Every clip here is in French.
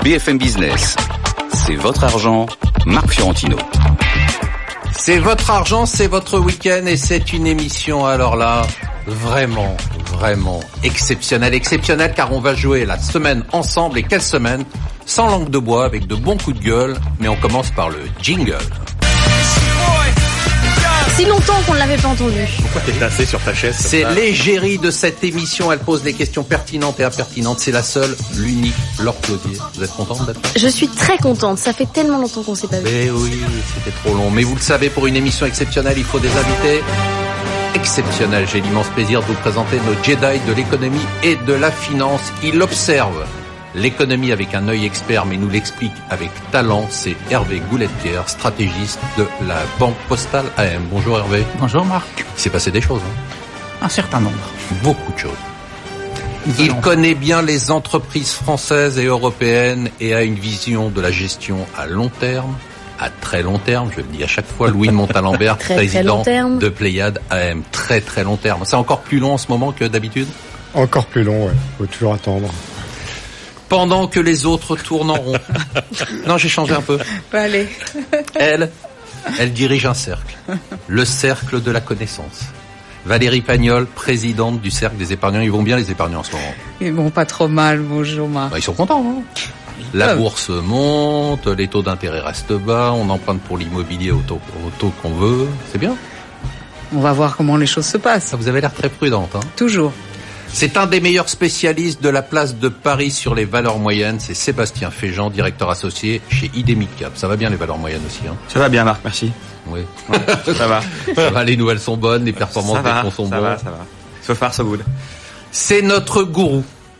BFM Business. C'est votre argent, Marc Fiorentino. C'est votre argent, c'est votre week-end et c'est une émission, alors là, vraiment exceptionnelle car on va jouer la semaine ensemble. Et quelle semaine? Sans langue de bois, avec de bons coups de gueule, mais on commence par le jingle. Si longtemps qu'on ne l'avait pas entendu. Pourquoi t'es tassé sur ta chaise? C'est l'égérie de cette émission, elle pose des questions pertinentes et impertinentes. C'est la seule, l'unique, Laure Clodier. Vous êtes contente d'être là? Je suis très contente, ça fait tellement longtemps qu'on s'est pas vu. Mais oui, c'était trop long. Mais vous le savez, pour une émission exceptionnelle, il faut des invités exceptionnels. J'ai l'immense plaisir de vous présenter nos Jedi de l'économie et de la finance. Il observe l'économie avec un œil expert, mais nous l'explique avec talent. C'est Hervé Goulet-Pierre, stratégiste de la Banque Postale AM. Bonjour Hervé. Bonjour Marc. Il s'est passé des choses. Un certain nombre. Beaucoup de choses. Il connaît bien les entreprises françaises et européennes et a une vision de la gestion à long terme, à très long terme. Je le dis à chaque fois, Louis de Montalembert, président de Pléiade AM. Très très long terme. C'est encore plus long en ce moment que d'habitude? Encore plus long, ouais. Faut toujours attendre. Pendant que les autres tournent en rond. Non, j'ai changé un peu. Allez. Elle dirige un cercle. Le cercle de la connaissance. Valérie Pagnol, présidente du cercle des épargnants. Ils vont bien les épargnants en ce moment? Ils vont pas trop mal, bonjour Marc. Ils sont contents, non? La bourse monte, les taux d'intérêt restent bas, on emprunte pour l'immobilier au taux qu'on veut. C'est bien. On va voir comment les choses se passent. Ça, vous avez l'air très prudente, hein? Toujours. C'est un des meilleurs spécialistes de la place de Paris sur les valeurs moyennes. C'est Sébastien Féjean, directeur associé chez ID Midcap. Ça va bien les valeurs moyennes aussi, hein? Ça va bien Marc, merci. Oui. Ouais, ça va. Ça va, les nouvelles sont bonnes, les performances des fonds sont bonnes. Ça va. So far, so good. C'est notre gourou.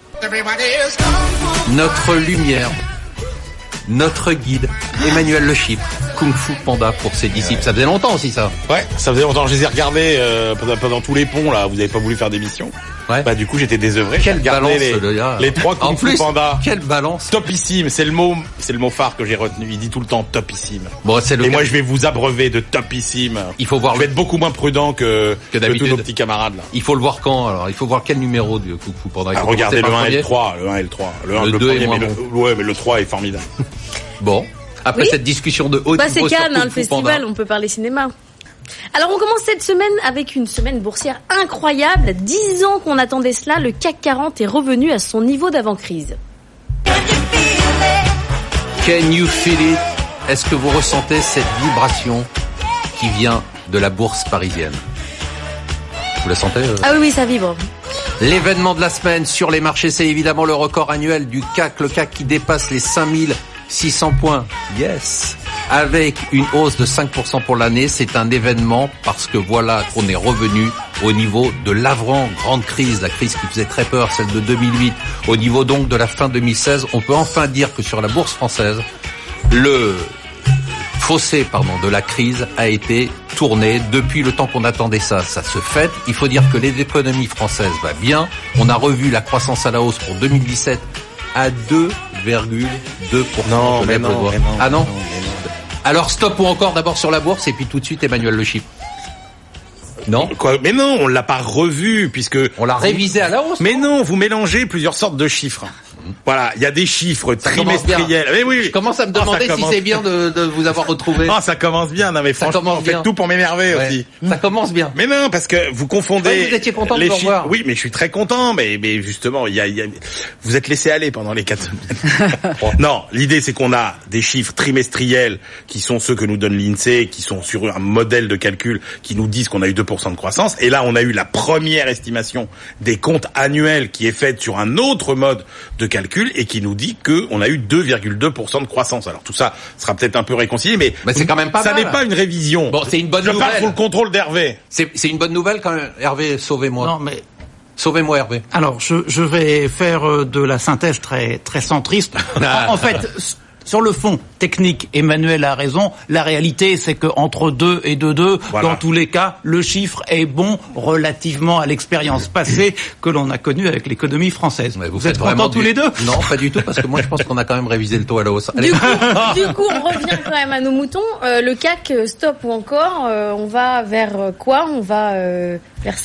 Notre lumière. Notre guide, Emmanuel Le Chypre, Kung Fu Panda pour ses disciples. Ça faisait longtemps aussi, ça. Ouais, ça faisait longtemps. Je les ai regardés pendant tous les ponts, là. Vous avez pas voulu faire d'émission. Ouais. Bah, du coup, j'étais désœuvré. Quelle balance, les trois Kung Fu Panda. Quelle balance. Topissime. C'est le mot phare que j'ai retenu. Il dit tout le temps topissime. Bon, c'est le Et moi, je vais vous abreuver de topissime. Il faut voir. Je vais être beaucoup moins prudent que tous nos petits camarades, là. Il faut le voir quand, alors? Il faut voir quel numéro du Kung Fu Panda. Regardez le 1 et le 3. Le 1 et le 3. Le 2 est moins bon. Ouais, mais le 3 est formidable. Bon. Après cette discussion de haut niveau c'est Cannes, sur le festival, on peut parler cinéma. Alors on commence cette semaine avec une semaine boursière incroyable. 10 ans qu'on attendait cela, le CAC 40 est revenu à son niveau d'avant-crise. Can you feel it? Est-ce que vous ressentez cette vibration qui vient de la bourse parisienne? Vous la sentez? Ah oui, ça vibre. L'événement de la semaine sur les marchés, c'est évidemment le record annuel du CAC. Le CAC qui dépasse les 5600 points. Yes. Avec une hausse de 5% pour l'année. C'est un événement parce que voilà qu'on est revenu au niveau de l'avant-grande crise. La crise qui faisait très peur, celle de 2008. Au niveau donc de la fin 2016. On peut enfin dire que sur la bourse française, le fossé, de la crise a été tourné. Depuis le temps qu'on attendait ça se fait. Il faut dire que l'économie française va bien. On a revu la croissance à la hausse pour 2017 à 2,2%. Non, mais non. Ah non? Alors stop ou encore d'abord sur la bourse et puis tout de suite Emmanuel Le Chypre. Non? Quoi? Mais non, on l'a pas revu puisque on l'a révisé à la hausse. Mais non, vous mélangez plusieurs sortes de chiffres. Voilà, il y a des chiffres trimestriels. Mais oui. Je commence à me demander si c'est bien de vous avoir retrouvé. Ah, ça commence bien. Non, mais franchement, faites tout pour m'énerver aussi. Ça commence bien. Mais non, parce que vous confondez. Vous étiez content les de me revoir. Oui, mais je suis très content. Mais justement, vous êtes laissé aller pendant les 4 semaines. Non, l'idée c'est qu'on a des chiffres trimestriels qui sont ceux que nous donne l'INSEE, qui sont sur un modèle de calcul qui nous disent qu'on a eu 2% de croissance. Et là, on a eu la première estimation des comptes annuels qui est faite sur un autre mode de calcul et qui nous dit que on a eu 2,2% de croissance. Alors tout ça sera peut-être un peu réconcilié, mais c'est quand même pas ça mal. n'est pas une révision. Bon, c'est une bonne nouvelle. Je parle sous le contrôle d'Hervé. C'est une bonne nouvelle quand même. Hervé, sauvez-moi. Non, mais sauvez-moi Hervé. Alors je vais faire de la synthèse très très centriste. En fait, sur le fond, technique. Emmanuel a raison. La réalité, c'est que entre 2 et 2,2, voilà. Dans tous les cas, le chiffre est bon relativement à l'expérience passée que l'on a connue avec l'économie française. Mais vous êtes contents tous les deux? Non, pas du tout, parce que moi je pense qu'on a quand même révisé le taux à la hausse. Allez. Du coup, on revient quand même à nos moutons. Le CAC, stop ou encore, on va vers quoi? On va vers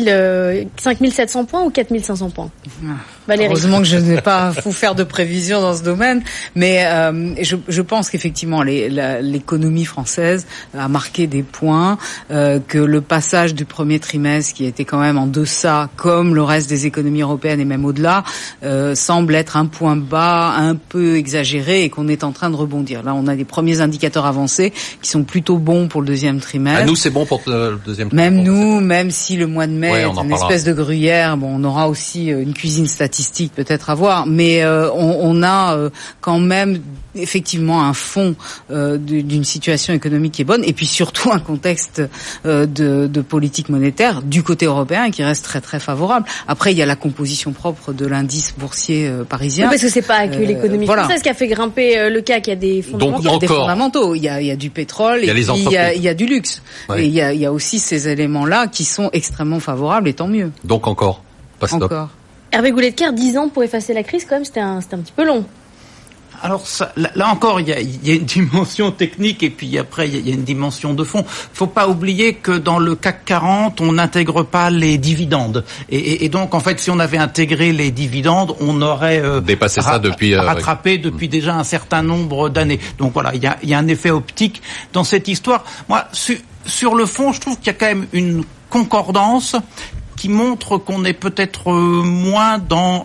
5700 points ou 4500 points? Valérie. Heureusement que je n'ai pas vous faire de prévisions dans ce domaine, mais je pense qu'effectivement l'économie française a marqué des points, que le passage du premier trimestre qui était quand même en deçà, comme le reste des économies européennes et même au-delà, semble être un point bas un peu exagéré et qu'on est en train de rebondir. Là, on a des premiers indicateurs avancés qui sont plutôt bons pour le deuxième trimestre. À nous, c'est bon pour le deuxième trimestre. Même nous, même si le mois de mai est une espèce de gruyère, bon, on aura aussi une cuisine statistique peut-être à voir, mais on a quand même effectivement un fond d'une situation économique qui est bonne, et puis surtout un contexte de politique monétaire du côté européen qui reste très très favorable. Après, il y a la composition propre de l'indice boursier parisien. Oui, parce que c'est pas que l'économie française qui a fait grimper le CAC, il y a des fondamentaux. Donc, il y a des fondamentaux, il y a du pétrole, et puis il y a du luxe. Ouais. Et il y a aussi ces éléments-là qui sont extrêmement favorables, et tant mieux. Donc encore, pas stop. Encore. Hervé Goulet-de-Quer, 10 ans pour effacer la crise, quand même, c'était un petit peu long. Alors ça, là encore, il y a une dimension technique et puis après il y a une dimension de fond. Faut pas oublier que dans le CAC 40, on n'intègre pas les dividendes. Et donc en fait, si on avait intégré les dividendes, on aurait dépassé ça depuis rattrapé depuis déjà un certain nombre d'années. Donc voilà, il y a un effet optique dans cette histoire. Moi, sur le fond, je trouve qu'il y a quand même une concordance qui montre qu'on est peut-être moins dans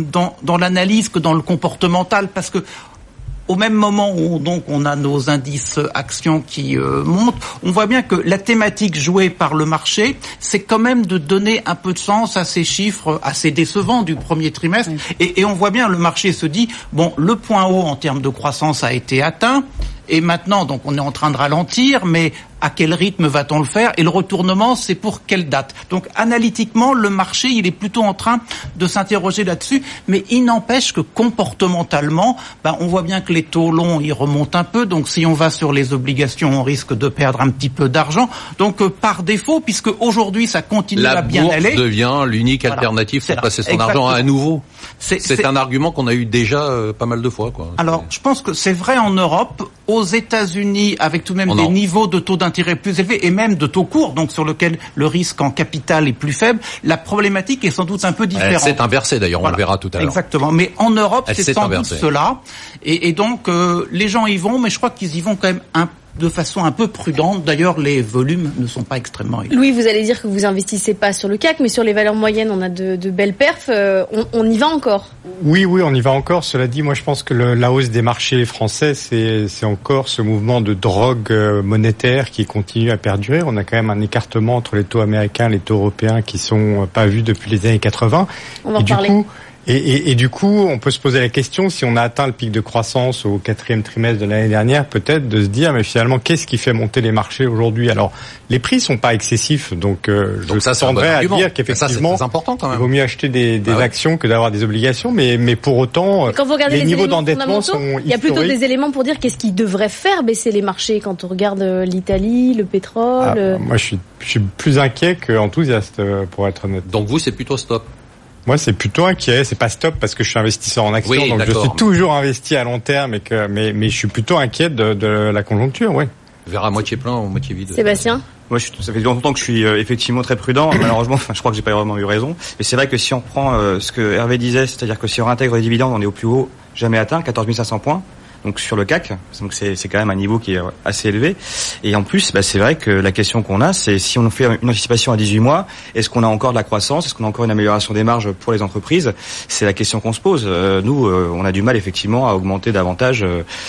l'analyse que dans le comportemental, parce que au même moment où donc on a nos indices actions qui montent, on voit bien que la thématique jouée par le marché, c'est quand même de donner un peu de sens à ces chiffres assez décevants du premier trimestre. Oui. Et on voit bien, le marché se dit, bon, le point haut en termes de croissance a été atteint, et maintenant, donc, on est en train de ralentir, mais à quel rythme va-t-on le faire? Et le retournement, c'est pour quelle date? Donc, analytiquement, le marché, il est plutôt en train de s'interroger là-dessus, mais il n'empêche que comportementalement, on voit bien que les taux longs, ils remontent un peu, donc si on va sur les obligations, on risque de perdre un petit peu d'argent. Donc, par défaut, puisque aujourd'hui, ça continue à bien aller. La bourse devient l'unique alternative pour passer son argent à nouveau. C'est un argument qu'on a eu déjà pas mal de fois, quoi. Alors, je pense que c'est vrai en Europe. Aux États-Unis, avec tout de même des niveaux de taux d'intérêt plus élevés et même de taux courts, donc sur lequel le risque en capital est plus faible, la problématique est sans doute un peu différente. Elle s'est inversée d'ailleurs, on le verra tout à l'heure. Exactement, mais en Europe, c'est sans doute cela. Et donc, les gens y vont, mais je crois qu'ils y vont quand même de façon un peu prudente. D'ailleurs, les volumes ne sont pas extrêmement élevés. Louis, vous allez dire que vous investissez pas sur le CAC, mais sur les valeurs moyennes, on a de belles perfs. On y va encore? Oui, on y va encore. Cela dit, moi, je pense que la hausse des marchés français, c'est encore ce mouvement de drogue monétaire qui continue à perdurer. On a quand même un écartement entre les taux américains et les taux européens qui sont pas vus depuis les années 80. On va en parler. Et du coup, on peut se poser la question, si on a atteint le pic de croissance au 4e trimestre de l'année dernière, peut-être de se dire, mais finalement, qu'est-ce qui fait monter les marchés aujourd'hui? Alors, les prix sont pas excessifs, donc je tendrais à dire qu'effectivement, il vaut mieux acheter des actions que d'avoir des obligations, mais pour autant, quand vous regardez les niveaux d'endettement sont historiques. Il y a plutôt des éléments pour dire qu'est-ce qui devrait faire baisser les marchés quand on regarde l'Italie, le pétrole. Moi, je suis plus inquiet qu'enthousiaste, pour être honnête. Donc vous, c'est plutôt stop? Moi, c'est plutôt inquiet. C'est pas stop parce que je suis investisseur en actions, donc je suis toujours investi à long terme, mais je suis plutôt inquiet de la conjoncture, oui. Vers à moitié plein ou moitié vide. Sébastien? Moi, ça fait longtemps que je suis effectivement très prudent. Malheureusement, je crois que j'ai pas vraiment eu raison. Mais c'est vrai que si on prend ce que Hervé disait, c'est-à-dire que si on intègre les dividendes, on est au plus haut jamais atteint, 14 500 points. Donc sur le CAC, donc c'est quand même un niveau qui est assez élevé. Et en plus, c'est vrai que la question qu'on a, c'est si on fait une anticipation à 18 mois, est-ce qu'on a encore de la croissance, est-ce qu'on a encore une amélioration des marges pour les entreprises? C'est la question qu'on se pose. Nous, on a du mal effectivement à augmenter davantage.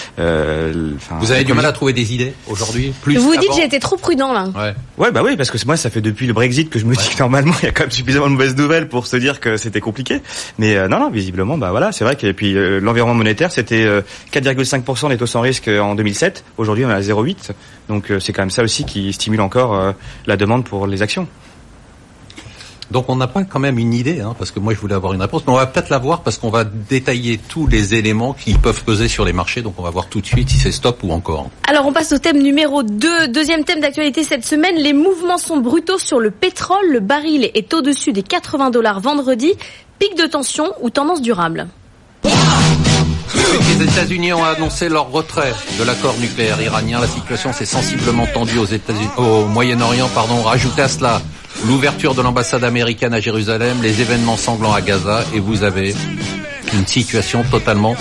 Vous avez du mal à trouver des idées aujourd'hui? Vous dites j'ai été trop prudent là. Ouais, oui, parce que moi, ça fait depuis le Brexit que je me dis que normalement, il y a quand même suffisamment de mauvaises nouvelles pour se dire que c'était compliqué. Mais non, visiblement, voilà, c'est vrai que puis l'environnement monétaire, c'était 4,5% des taux sans risque en 2007. Aujourd'hui, on est à 0,8. Donc, c'est quand même ça aussi qui stimule encore la demande pour les actions. Donc on n'a pas quand même une idée, parce que moi je voulais avoir une réponse, mais on va peut-être l'avoir parce qu'on va détailler tous les éléments qui peuvent peser sur les marchés, donc on va voir tout de suite si c'est stop ou encore. Alors on passe au thème numéro 2, deuxième thème d'actualité cette semaine, les mouvements sont brutaux sur le pétrole, le baril est au-dessus des $80 vendredi, pic de tension ou tendance durable? Les États-Unis ont annoncé leur retrait de l'accord nucléaire iranien. La situation s'est sensiblement tendue au Moyen-Orient. Rajoutez à cela l'ouverture de l'ambassade américaine à Jérusalem, les événements sanglants à Gaza, et vous avez une situation totalement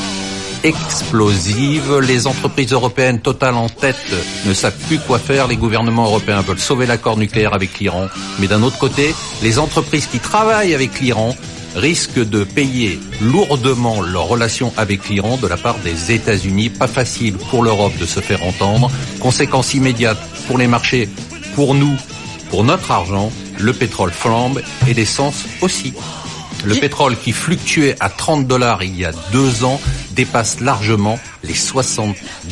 explosive. Les entreprises européennes, Total en tête, ne savent plus quoi faire. Les gouvernements européens veulent sauver l'accord nucléaire avec l'Iran. Mais d'un autre côté, les entreprises qui travaillent avec l'Iran risquent de payer lourdement leur relation avec l'Iran de la part des États-Unis. Pas facile pour l'Europe de se faire entendre. Conséquence immédiate pour les marchés, pour nous, pour notre argent, le pétrole flambe et l'essence aussi. Le pétrole qui fluctuait à $30 il y a 2 ans dépasse largement les $70.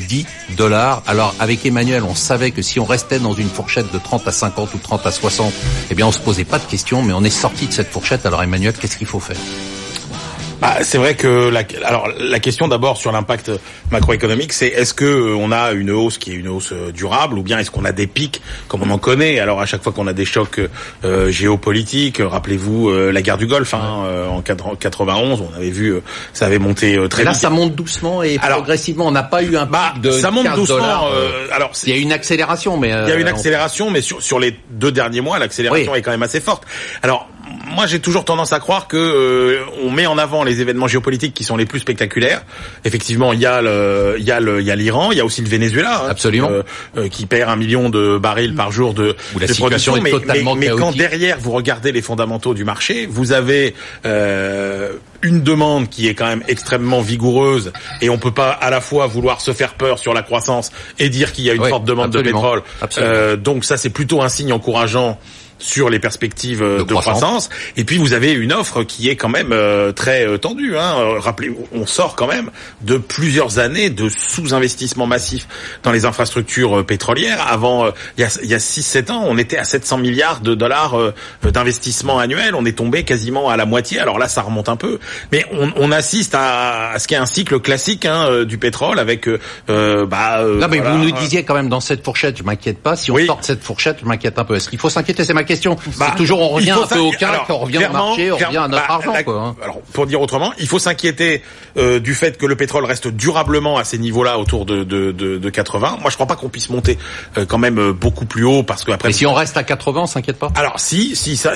Alors avec Emmanuel, on savait que si on restait dans une fourchette de 30 à 50 ou 30 à 60, on se posait pas de questions, mais on est sorti de cette fourchette. Alors Emmanuel, qu'est-ce qu'il faut faire ? C'est vrai que la question d'abord sur l'impact macroéconomique, c'est est-ce que on a une hausse qui est une hausse durable, ou bien est-ce qu'on a des pics comme on en connaît. Alors à chaque fois qu'on a des chocs géopolitiques, rappelez-vous la guerre du Golfe en 91, on avait vu ça avait monté très vite. Là ça monte doucement et progressivement. On n'a pas eu un pic de ça monte doucement. Alors il y a une accélération, mais il y a une accélération, mais sur les 2 derniers mois, l'accélération est quand même assez forte. Alors moi, j'ai toujours tendance à croire que on met en avant les événements géopolitiques qui sont les plus spectaculaires. Effectivement, il y a l'Iran, il y a aussi le Venezuela, absolument, qui perd 1 million de barils par jour de production. Mais quand derrière vous regardez les fondamentaux du marché, vous avez une demande qui est quand même extrêmement vigoureuse, et on peut pas à la fois vouloir se faire peur sur la croissance et dire qu'il y a une forte demande de pétrole. Donc ça, c'est plutôt un signe encourageant sur les perspectives de croissance. Et puis vous avez une offre qui est quand même très tendue. Rappelez-vous, on sort quand même de plusieurs années de sous-investissement massif dans les infrastructures pétrolières. Avant, il y a 6-7 ans, on était à $700 milliards d'investissement annuel. On est tombé quasiment à la moitié. Alors là, ça remonte un peu, mais on assiste à ce qui est un cycle classique du pétrole avec. Non, mais vous nous disiez quand même dans cette fourchette, je m'inquiète pas. Si on sort de cette fourchette, je m'inquiète un peu. Est-ce qu'il faut s'inquiéter? C'est ma question. C'est toujours, on revient un peu au CAC, on revient au marché, on revient à notre argent, Alors, pour dire autrement, il faut s'inquiéter du fait que le pétrole reste durablement à ces niveaux-là, autour de 80. Moi, je crois pas qu'on puisse monter quand même beaucoup plus haut, parce que après. Mais si on reste à 80, on s'inquiète pas? Alors, si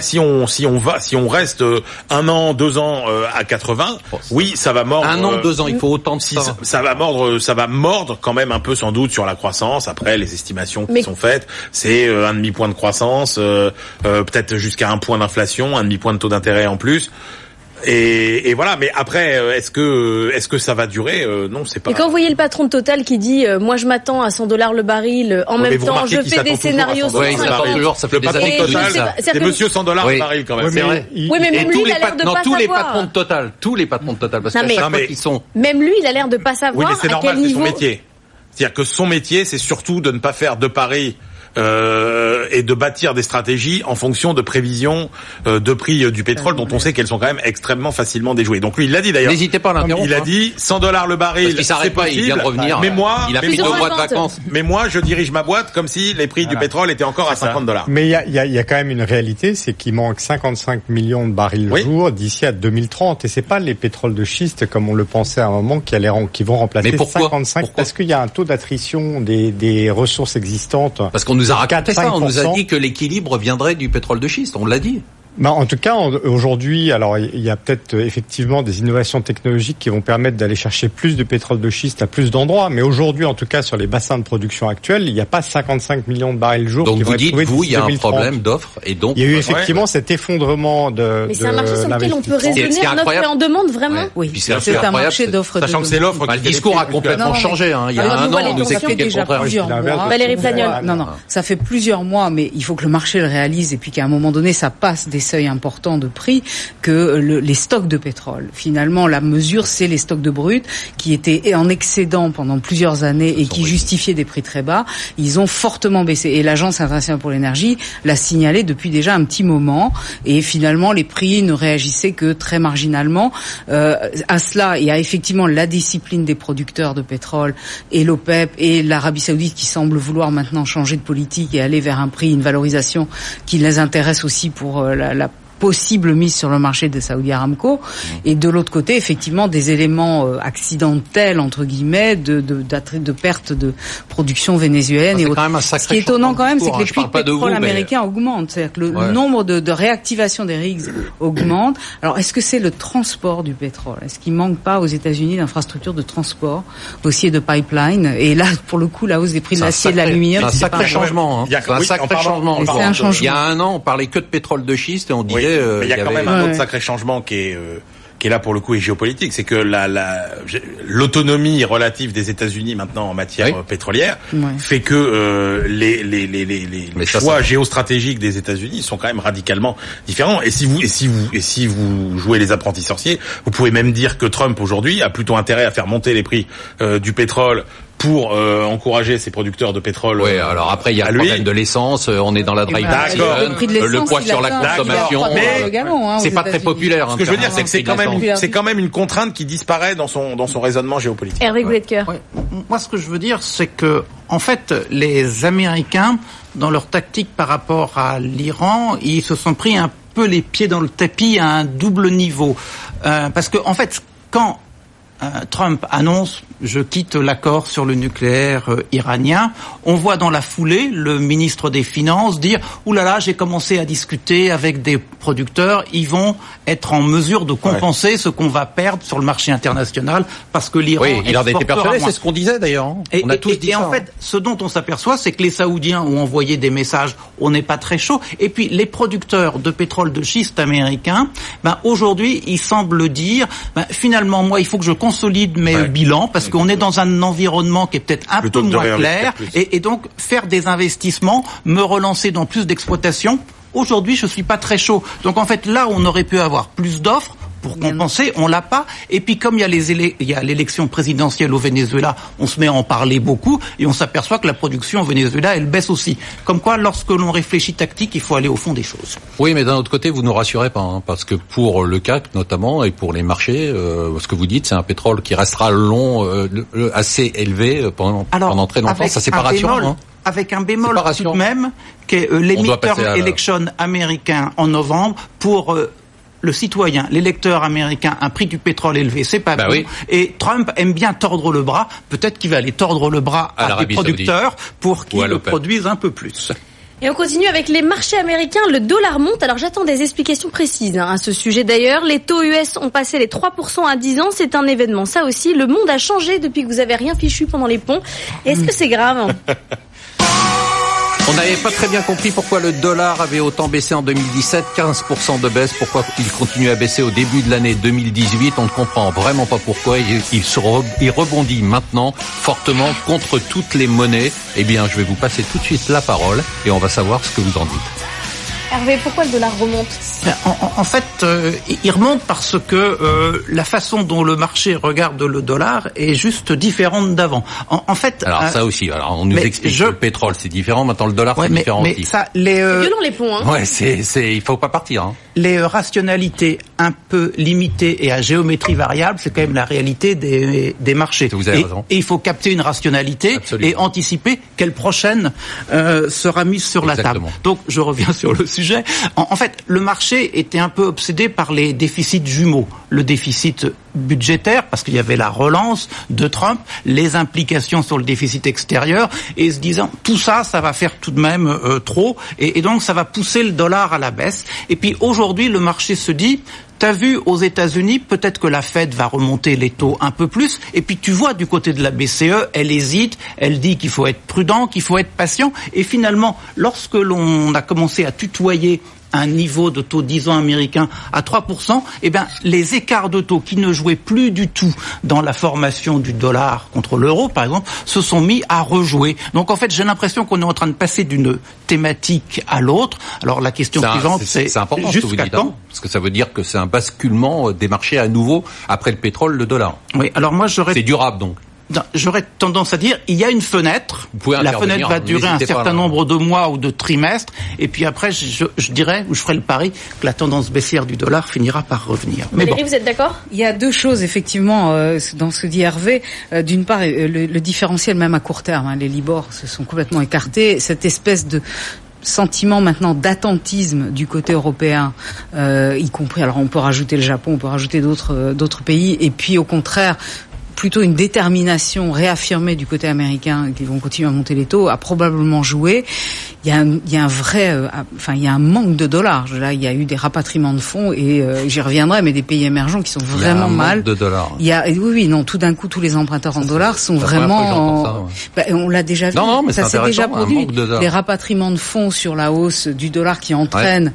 on reste 1 an, 2 ans à 80, oui, ça va mordre. 1 an, 2 ans, il faut autant de ça. Ça va mordre quand même un peu, sans doute, sur la croissance. Après, les estimations qui sont faites, c'est un demi-point de croissance. Peut-être jusqu'à 1 point d'inflation, un demi-point de taux d'intérêt en plus. Et voilà, mais après, est-ce que ça va durer? Non, c'est pas. Et quand vous voyez le patron de Total qui dit, moi je m'attends à $100 le baril, en même temps je fais des scénarios sur ça fait des années. C'est monsieur $100 le baril quand même. C'est vrai. Oui, mais même lui, il a l'air de pas savoir. Tous les patrons de Total, parce qu'à chaque fois qu'ils sont. Même lui, il a l'air de pas savoir. Oui, mais c'est normal, c'est son métier. C'est-à-dire que son métier, c'est surtout de ne pas faire de paris. Et de bâtir des stratégies en fonction de prévisions de prix du pétrole, dont on sait qu'elles sont quand même extrêmement facilement déjouées. Donc lui, il l'a dit d'ailleurs. N'hésitez pas à l'interrompre. Il a dit $100 le baril, c'est possible. Il vient de revenir. Mais moi, il a pris 2 mois de vacances. Mais moi, je dirige ma boîte comme si les prix du pétrole étaient encore à $50. Mais il y a quand même une réalité, c'est qu'il manque 55 millions de barils le jour d'ici à 2030, et c'est pas les pétroles de schiste comme on le pensait à un moment qui vont remplacer 55. Parce qu'il y a un taux d'attrition des ressources existantes. Parce qu'on nous a raconté ça. On nous a dit que l'équilibre viendrait du pétrole de schiste, on l'a dit. En tout cas, aujourd'hui, alors il y a peut-être effectivement des innovations technologiques qui vont permettre d'aller chercher plus de pétrole de schiste à plus d'endroits, mais aujourd'hui, en tout cas, sur les bassins de production actuels, il n'y a pas 55 millions de barils le jour qui vont être trouvés d'ici 2030. Donc vous dites, il y a un problème d'offre, et donc il y a eu effectivement cet effondrement de. Mais c'est un marché sur lequel on peut raisonner en offre et en demande vraiment. Oui, c'est un marché d'offre. Sachant que c'est l'offre. Le discours a complètement changé. Il y a un an, on nous expliquait le contraire. Valérie Plagniol. Non, ça fait plusieurs mois, mais il faut que le marché le réalise, et puis qu'à un moment donné, ça passe des des seuils importants de prix que les stocks de pétrole. Finalement, la mesure, c'est les stocks de brut qui étaient en excédent pendant plusieurs années et qui justifiaient des prix très bas. Ils ont fortement baissé. Et l'Agence internationale pour l'énergie l'a signalé depuis déjà un petit moment. Et finalement, les prix ne réagissaient que très marginalement. À cela, il y a effectivement la discipline des producteurs de pétrole et l'OPEP et l'Arabie Saoudite qui semble vouloir maintenant changer de politique et aller vers un prix, une valorisation qui les intéresse aussi pour la possible mise sur le marché de Saudi Aramco, et de l'autre côté effectivement des éléments accidentels entre guillemets de perte de production vénézuélienne et autres. Ce qui est étonnant quand même, c'est que les prix de pétrole américains augmentent, c'est-à-dire que le nombre de réactivation des rigs augmente. Alors est-ce que c'est le transport du pétrole? Est-ce qu'il manque pas aux États-Unis d'infrastructures de transport, aussi et de pipeline? Et là, pour le coup, la hausse des prix de l'acier et de l'aluminium, c'est un sacré changement. Il y a un sacré changement. Il y a un an, on parlait que de pétrole de schiste et on disait. Mais il y a quand même un autre sacré changement qui est là pour le coup et géopolitique, c'est que l'autonomie relative des États-Unis maintenant en matière pétrolière fait que les choix géostratégiques des États-Unis sont quand même radicalement différents. Et si vous jouez les apprentis sorciers, vous pouvez même dire que Trump aujourd'hui a plutôt intérêt à faire monter les prix du pétrole pour encourager ses producteurs de pétrole. Oui, alors après il y a le problème de l'essence, on est dans la dry le poids sur la consommation. C'est pas très populaire. Ce que je veux dire, c'est que c'est quand même une contrainte qui disparaît dans son raisonnement géopolitique. Hervé Gouletker. Moi, ce que je veux dire, c'est que en fait, les Américains, dans leur tactique par rapport à l'Iran, ils se sont pris un peu les pieds dans le tapis à un double niveau, parce que en fait, quand Trump annonce « je quitte l'accord sur le nucléaire iranien », on voit dans la foulée le ministre des Finances dire « Ouh là là, j'ai commencé à discuter avec des producteurs, ils vont être en mesure de compenser ce qu'on va perdre sur le marché international parce que l'Iran il en a été persuadé, c'est ce qu'on disait d'ailleurs. On a tous dit ça. En fait, ce dont on s'aperçoit, c'est que les Saoudiens ont envoyé des messages « on n'est pas très chaud ». Et puis les producteurs de pétrole de schiste américains, aujourd'hui, ils semblent dire finalement, moi, il faut que je consolide mes bilans parce qu'on est dans un environnement qui est peut-être un peu moins clair et donc faire des investissements, me relancer dans plus d'exploitation. Aujourd'hui, je suis pas très chaud. Donc en fait, là, on aurait pu avoir plus d'offres pour compenser, on l'a pas. Et puis comme il y a l'élection présidentielle au Venezuela, on se met à en parler beaucoup et on s'aperçoit que la production au Venezuela, elle baisse aussi. Comme quoi, lorsque l'on réfléchit tactique, il faut aller au fond des choses. Oui, mais d'un autre côté, vous nous rassurez pas, parce que pour le CAC notamment et pour les marchés, ce que vous dites, c'est un pétrole qui restera assez élevé pendant très longtemps. Ça, c'est pas rassurant. Avec un bémol tout de même, qui est l'émetteur election américain en novembre pour le citoyen, l'électeur américain, un prix du pétrole élevé, c'est pas bon. Oui. Et Trump aime bien tordre le bras. Peut-être qu'il va aller tordre le bras à des producteurs pour qu'ils le produisent un peu plus. Et on continue avec les marchés américains. Le dollar monte. Alors j'attends des explications précises à ce sujet d'ailleurs. Les taux US ont passé les 3% à 10 ans. C'est un événement. Ça aussi, le monde a changé depuis que vous avez rien fichu pendant les ponts. Est-ce que c'est grave? On n'avait pas très bien compris pourquoi le dollar avait autant baissé en 2017, 15% de baisse. Pourquoi il continue à baisser au début de l'année 2018. On ne comprend vraiment pas pourquoi. Il rebondit maintenant fortement contre toutes les monnaies. Eh bien, je vais vous passer tout de suite la parole et on va savoir ce que vous en dites. Hervé, pourquoi le dollar remonte? En fait, il remonte parce que la façon dont le marché regarde le dollar est juste différente d'avant. En fait, alors ça aussi. Alors on nous explique que le pétrole c'est différent, maintenant le dollar c'est différent aussi. Ça, c'est violent les ponts. Ouais, il faut pas partir. Les rationalités un peu limitées et à géométrie variable, c'est quand même la réalité des marchés. Vous avez raison. Et il faut capter une rationalité et anticiper quelle prochaine sera mise sur la table. Donc je reviens sur le sujet. En fait, le marché était un peu obsédé par les déficits jumeaux. Le déficit budgétaire, parce qu'il y avait la relance de Trump, les implications sur le déficit extérieur, et se disant, tout ça, ça va faire tout de même trop, et donc ça va pousser le dollar à la baisse. Et puis aujourd'hui, le marché se dit, t'as vu aux États-Unis, peut-être que la Fed va remonter les taux un peu plus, et puis tu vois du côté de la BCE, elle hésite, elle dit qu'il faut être prudent, qu'il faut être patient, et finalement, lorsque l'on a commencé à tutoyer un niveau de taux 10 ans américain à 3%, eh bien, les écarts de taux qui ne jouaient plus du tout dans la formation du dollar contre l'euro, par exemple, se sont mis à rejouer. Donc, en fait, j'ai l'impression qu'on est en train de passer d'une thématique à l'autre. Alors, la question suivante, c'est important jusqu'à quand? Parce que ça veut dire que c'est un basculement des marchés à nouveau après le pétrole, le dollar. Oui, alors moi, c'est durable, donc. J'aurais tendance à dire, il y a une fenêtre. La fenêtre va durer un certain nombre de mois ou de trimestres. Et puis après, je dirais, ou je ferai le pari, que la tendance baissière du dollar finira par revenir. Mais Valérie, vous êtes d'accord? Il y a deux choses, effectivement, dans ce que dit Hervé. D'une part, le différentiel, même à court terme, les Libor se sont complètement écartés. Cette espèce de sentiment maintenant d'attentisme du côté européen, y compris, alors on peut rajouter le Japon, on peut rajouter d'autres pays, et puis au contraire, plutôt une détermination réaffirmée du côté américain qui vont continuer à monter les taux, a probablement joué. Il y a un vrai, il y a un manque de dollars. Là, il y a eu des rapatriements de fonds et j'y reviendrai, mais des pays émergents qui sont vraiment mal. Il y a un manque de dollars. Oui, tout d'un coup, tous les emprunteurs en dollars sont vraiment. On l'a déjà vu. Non, mais ça s'est déjà produit. Les rapatriements de fonds sur la hausse du dollar qui entraînent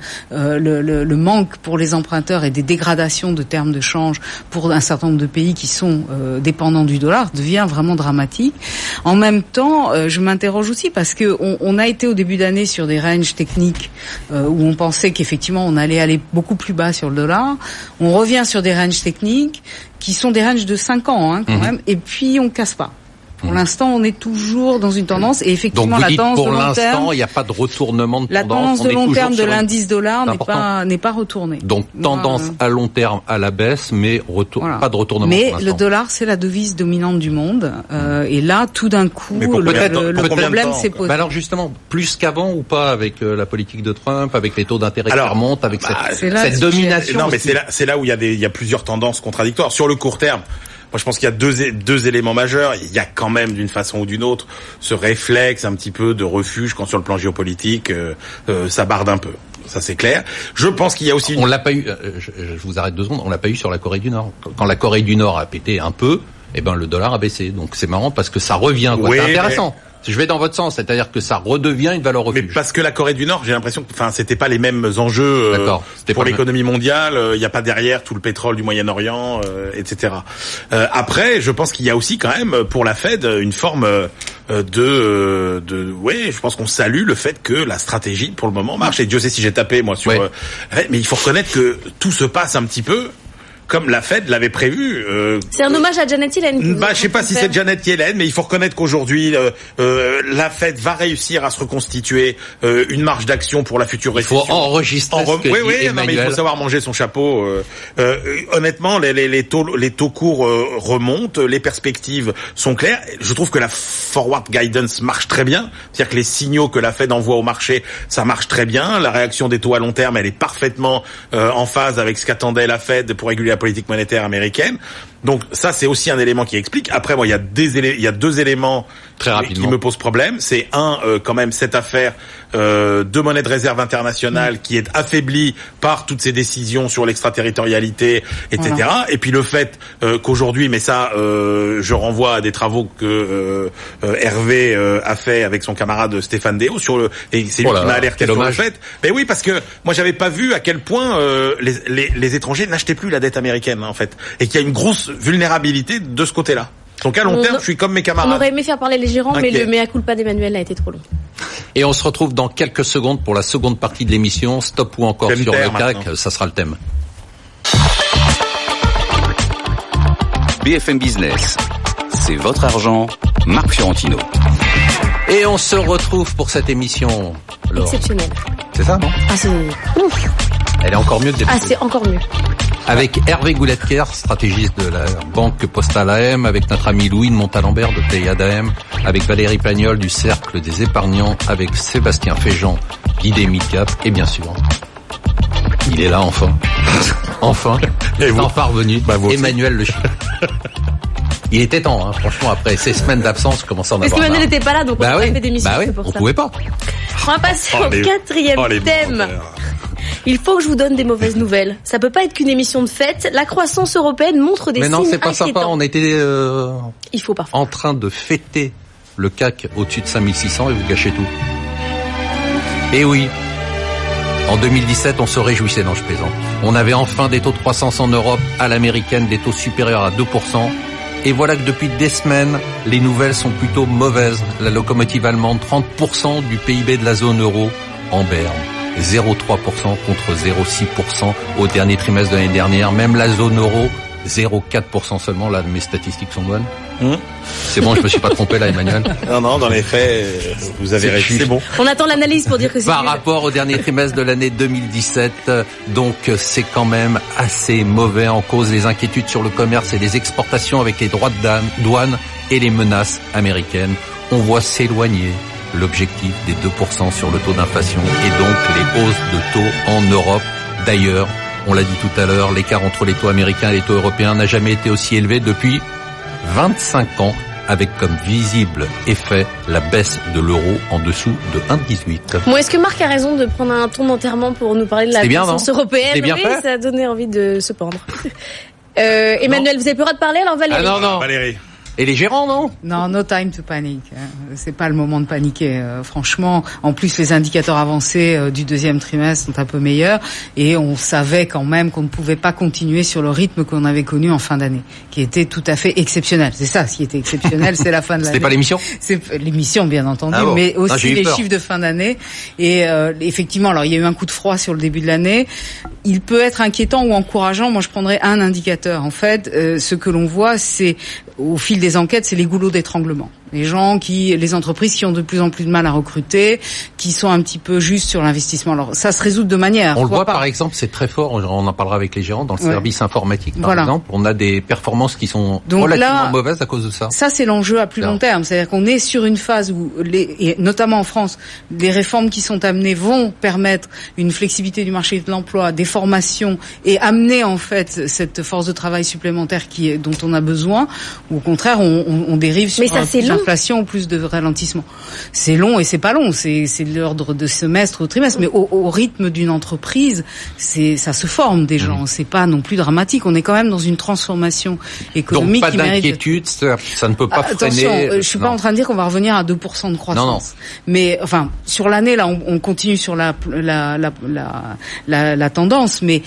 le manque pour les emprunteurs et des dégradations de termes de change pour un certain nombre de pays qui sont dépendants du dollar devient vraiment dramatique. En même temps, je m'interroge aussi parce que on a été au début d'année sur des ranges techniques où on pensait qu'effectivement on allait aller beaucoup plus bas sur le dollar. On revient sur des ranges techniques qui sont des ranges de 5 ans quand même, et puis on casse pas. Pour l'instant, on est toujours dans une tendance et effectivement donc, la tendance de long terme. Pour l'instant, il n'y a pas de retournement de tendance. La tendance de long terme de l'indice dollar n'est pas retournée. Donc tendance à long terme à la baisse, mais pas de retournement. Mais le dollar, c'est la devise dominante du monde. Et là, tout d'un coup, le problème s'est posé. Mais alors justement, plus qu'avant ou pas avec la politique de Trump, avec les taux d'intérêt qui remontent, avec cette domination. Non, mais c'est là où il y a plusieurs tendances contradictoires. Sur le court terme, moi, je pense qu'il y a deux éléments majeurs. Il y a quand même, d'une façon ou d'une autre, ce réflexe un petit peu de refuge quand sur le plan géopolitique, ça barde un peu. Ça, c'est clair. Je pense qu'il y a aussi On l'a pas eu, je vous arrête 2 secondes, on l'a pas eu sur la Corée du Nord. Quand la Corée du Nord a pété un peu, le dollar a baissé. Donc c'est marrant parce que ça revient, quoi. Oui, c'est intéressant. Je vais dans votre sens, c'est-à-dire que ça redevient une valeur refuge. Mais parce que la Corée du Nord, j'ai l'impression que, c'était pas les mêmes enjeux pour l'économie mondiale. Il n'y a pas derrière tout le pétrole du Moyen-Orient, etc. Après, je pense qu'il y a aussi quand même pour la Fed une forme je pense qu'on salue le fait que la stratégie pour le moment marche. Et Dieu sait si j'ai tapé moi sur. Mais il faut reconnaître que tout se passe un petit peu comme la Fed l'avait prévu. C'est un hommage à Janet Yellen. Je sais pas si c'est Janet Yellen, mais il faut reconnaître qu'aujourd'hui, la Fed va réussir à se reconstituer une marge d'action pour la future récession. Il faut enregistrer ce que dit Emmanuel. Mais il faut savoir manger son chapeau. Honnêtement, les taux courts remontent, les perspectives sont claires. Je trouve que la forward guidance marche très bien. C'est-à-dire que les signaux que la Fed envoie au marché, ça marche très bien. La réaction des taux à long terme, elle est parfaitement en phase avec ce qu'attendait la Fed pour réguler la politique monétaire américaine. Donc ça, c'est aussi un élément qui explique. Après, moi, il y a 2 éléments très rapidement qui me posent problème. C'est quand même cette affaire de monnaie de réserve internationale qui est affaiblie par toutes ces décisions sur l'extraterritorialité, etc. Voilà. Et puis le fait qu'aujourd'hui, mais ça, je renvoie à des travaux que Hervé a fait avec son camarade Stéphane Déo et c'est lui qui m'a alerté sur le fait. Mais oui, parce que moi, j'avais pas vu à quel point les étrangers n'achetaient plus la dette américaine, en fait, et qu'il y a une grosse vulnérabilité de ce côté-là. Donc à long terme, je suis comme mes camarades. On aurait aimé faire parler les gérants, mais le mea culpa d'Emmanuel a été trop long. Et on se retrouve dans quelques secondes pour la seconde partie de l'émission. Stop ou encore sur le CAC, ça sera le thème. BFM Business, c'est votre argent, Marc Fiorentino. Et on se retrouve pour cette émission. Exceptionnelle. C'est ça, non? C'est ouf. Elle est encore mieux que d'habitude. C'est encore mieux. Avec Hervé Gouletker, stratégiste de la Banque Postale AM, avec notre ami Louis de Montalembert de Pléiade AM, avec Valérie Pagnol du Cercle des Épargnants, avec Sébastien Féjean d'Idée Midcap, et bien sûr, il est là enfin. Enfin. Et vous enfin revenu. Emmanuel Le Chypre. Il était temps, franchement, après ces semaines d'absence, je commençais à en avoir marre. Parce qu'Emmanuel n'était pas là, donc on n'a pas fait d'émission, c'est pour ça. On pouvait pas. On va passer au 4e thème. Il faut que je vous donne des mauvaises nouvelles. Ça peut pas être qu'une émission de fête. La croissance européenne montre des signes inquiétants. Mais non, c'est pas sympa. On était Il faut parfois en train de fêter le CAC au-dessus de 5600 et vous gâchez tout. Et oui. En 2017, on se réjouissait, non je plaisante. On avait enfin des taux de croissance en Europe, à l'américaine, des taux supérieurs à 2%. Et voilà que depuis des semaines, les nouvelles sont plutôt mauvaises. La locomotive allemande, 30% du PIB de la zone euro en berne. 0,3% contre 0,6% au dernier trimestre de l'année dernière. Même la zone euro, 0,4% seulement. Là, mes statistiques sont bonnes. C'est bon, je me suis pas trompé là, Emmanuel. Non, dans les faits, vous avez réussi. C'est bon. On attend l'analyse pour dire que c'est Par rapport au dernier trimestre de l'année 2017, donc c'est quand même assez mauvais. En cause les inquiétudes sur le commerce et les exportations avec les droits de douane et les menaces américaines. On voit s'éloigner l'objectif des 2% sur le taux d'inflation et donc les hausses de taux en Europe. D'ailleurs, on l'a dit tout à l'heure, l'écart entre les taux américains et les taux européens n'a jamais été aussi élevé depuis 25 ans, avec comme visible effet la baisse de l'euro en dessous de 1,18. Bon, est-ce que Marc a raison de prendre un ton d'enterrement pour nous parler de la puissance européenne? C'était bien fait. Ça a donné envie de se pendre. Emmanuel, vous avez plus le droit de parler, alors Valérie. Non. Valérie. Et les gérants, non? Non, no time to panic. C'est pas le moment de paniquer. Franchement, en plus les indicateurs avancés du deuxième trimestre sont un peu meilleurs et on savait quand même qu'on ne pouvait pas continuer sur le rythme qu'on avait connu en fin d'année, qui était tout à fait exceptionnel. C'est ça, ce qui était exceptionnel, c'est la fin de l'année. C'était pas l'émission? C'est l'émission, bien entendu, bon. mais aussi les peur. chiffres de fin d'année. Et effectivement, alors il y a eu un coup de froid sur le début de l'année. Il peut être inquiétant ou encourageant. Moi, je prendrais un indicateur. En fait, ce que l'on voit, c'est au fil des enquêtes, c'est les goulots d'étranglement. Les entreprises qui ont de plus en plus de mal à recruter, qui sont un petit peu justes sur l'investissement. Alors, ça se résout de manière. On le voit par exemple, c'est très fort. On en parlera avec les gérants dans le service informatique, par exemple. On a des performances qui sont relativement mauvaises à cause de ça. Ça, c'est l'enjeu à plus long terme. C'est-à-dire qu'on est sur une phase où et notamment en France, les réformes qui sont amenées vont permettre une flexibilité du marché de l'emploi, des formations et amener en fait cette force de travail supplémentaire dont on a besoin. Ou au contraire, on dérive sur inflation ou plus de ralentissement. C'est long et c'est pas long, c'est l'ordre de semestre ou trimestre, mais au rythme d'une entreprise, ça se forme des gens, c'est pas non plus dramatique, on est quand même dans une transformation économique. Donc pas d'inquiétude, ça ne peut pas freiner. Attention, je suis pas en train de dire qu'on va revenir à 2% de croissance. Non. Mais enfin, sur l'année là, on continue sur la tendance, mais